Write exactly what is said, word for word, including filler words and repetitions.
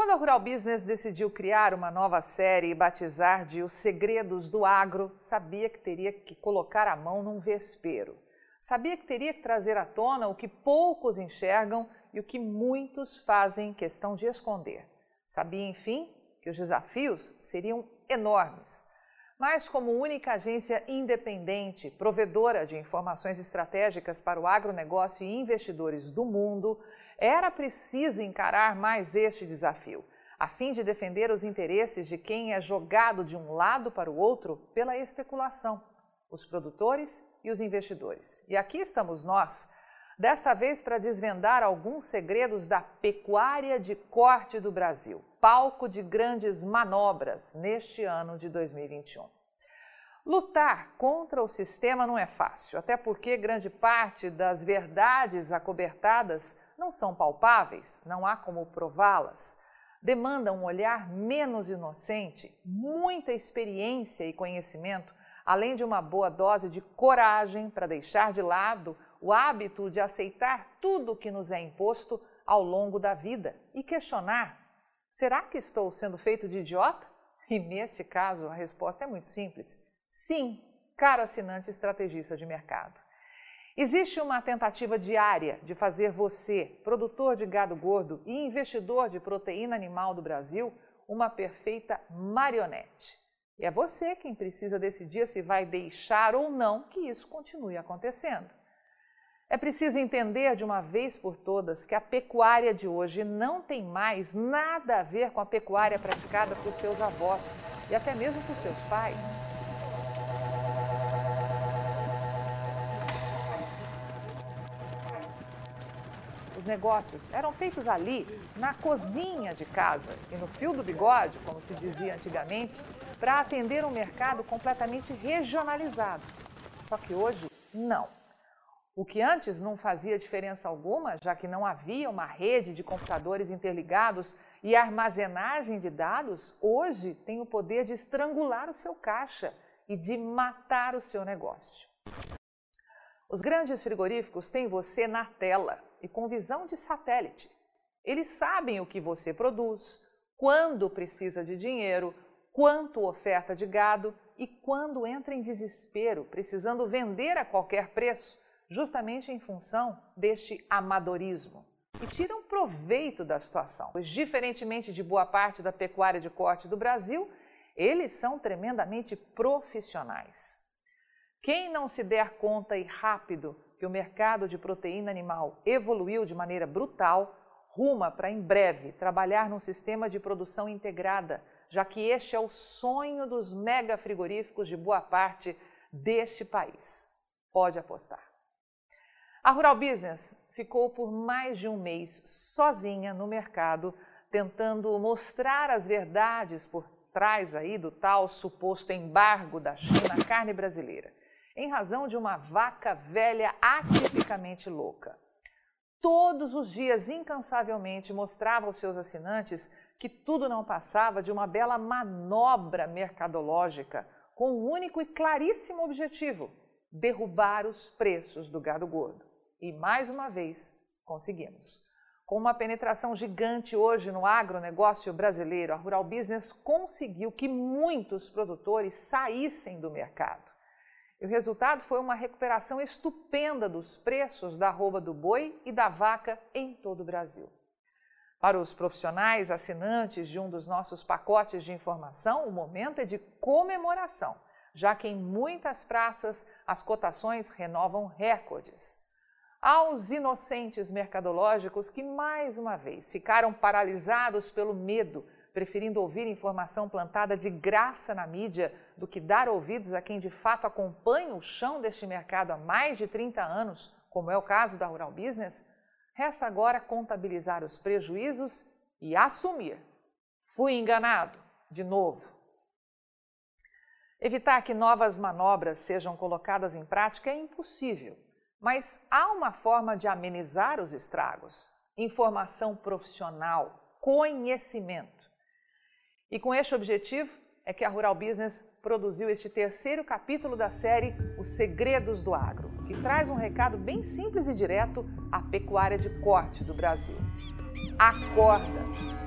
Quando a Rural Business decidiu criar uma nova série e batizar de Os Segredos do Agro, sabia que teria que colocar a mão num vespeiro. Sabia que teria que trazer à tona o que poucos enxergam e o que muitos fazem questão de esconder. Sabia, enfim, que os desafios seriam enormes. Mas, como única agência independente, provedora de informações estratégicas para o agronegócio e investidores do mundo, era preciso encarar mais este desafio, a fim de defender os interesses de quem é jogado de um lado para o outro pela especulação, os produtores e os investidores. E aqui estamos nós, desta vez para desvendar alguns segredos da pecuária de corte do Brasil, palco de grandes manobras neste ano de dois mil e vinte e um. Lutar contra o sistema não é fácil, até porque grande parte das verdades acobertadas não são palpáveis, não há como prová-las. Demanda um olhar menos inocente, muita experiência e conhecimento, além de uma boa dose de coragem para deixar de lado o hábito de aceitar tudo o que nos é imposto ao longo da vida e questionar: será que estou sendo feito de idiota? E neste caso a resposta é muito simples. Sim, caro assinante estrategista de mercado. Existe uma tentativa diária de fazer você, produtor de gado gordo e investidor de proteína animal do Brasil, uma perfeita marionete. E é você quem precisa decidir se vai deixar ou não que isso continue acontecendo. É preciso entender de uma vez por todas que a pecuária de hoje não tem mais nada a ver com a pecuária praticada por seus avós e até mesmo por seus pais. Os negócios eram feitos ali, na cozinha de casa e no fio do bigode, como se dizia antigamente, para atender um mercado completamente regionalizado. Só que hoje, não. O que antes não fazia diferença alguma, já que não havia uma rede de computadores interligados e armazenagem de dados, hoje tem o poder de estrangular o seu caixa e de matar o seu negócio. Os grandes frigoríficos têm você na tela e com visão de satélite. Eles sabem o que você produz, quando precisa de dinheiro, quanto oferta de gado e quando entra em desespero, precisando vender a qualquer preço, justamente em função deste amadorismo. E tiram proveito da situação, pois, diferentemente de boa parte da pecuária de corte do Brasil, eles são tremendamente profissionais. Quem não se der conta e rápido que o mercado de proteína animal evoluiu de maneira brutal, ruma para em breve trabalhar num sistema de produção integrada, já que este é o sonho dos mega frigoríficos de boa parte deste país. Pode apostar. A Rural Business ficou por mais de um mês sozinha no mercado, tentando mostrar as verdades por trás aí do tal suposto embargo da China à carne brasileira, em razão de uma vaca velha atipicamente louca. Todos os dias, incansavelmente, mostrava aos seus assinantes que tudo não passava de uma bela manobra mercadológica, com um único e claríssimo objetivo: derrubar os preços do gado gordo. E, mais uma vez, conseguimos. Com uma penetração gigante hoje no agronegócio brasileiro, a Rural Business conseguiu que muitos produtores saíssem do mercado. E o resultado foi uma recuperação estupenda dos preços da arroba do boi e da vaca em todo o Brasil. Para os profissionais assinantes de um dos nossos pacotes de informação, o momento é de comemoração, já que em muitas praças as cotações renovam recordes. Aos inocentes mercadológicos que, mais uma vez, ficaram paralisados pelo medo, preferindo ouvir informação plantada de graça na mídia do que dar ouvidos a quem de fato acompanha o chão deste mercado há mais de trinta anos, como é o caso da Rural Business, resta agora contabilizar os prejuízos e assumir: fui enganado, de novo. Evitar que novas manobras sejam colocadas em prática é impossível, mas há uma forma de amenizar os estragos: informação profissional, conhecimento. E com este objetivo é que a Rural Business produziu este terceiro capítulo da série Os Segredos do Agro, que traz um recado bem simples e direto à pecuária de corte do Brasil. Acorda!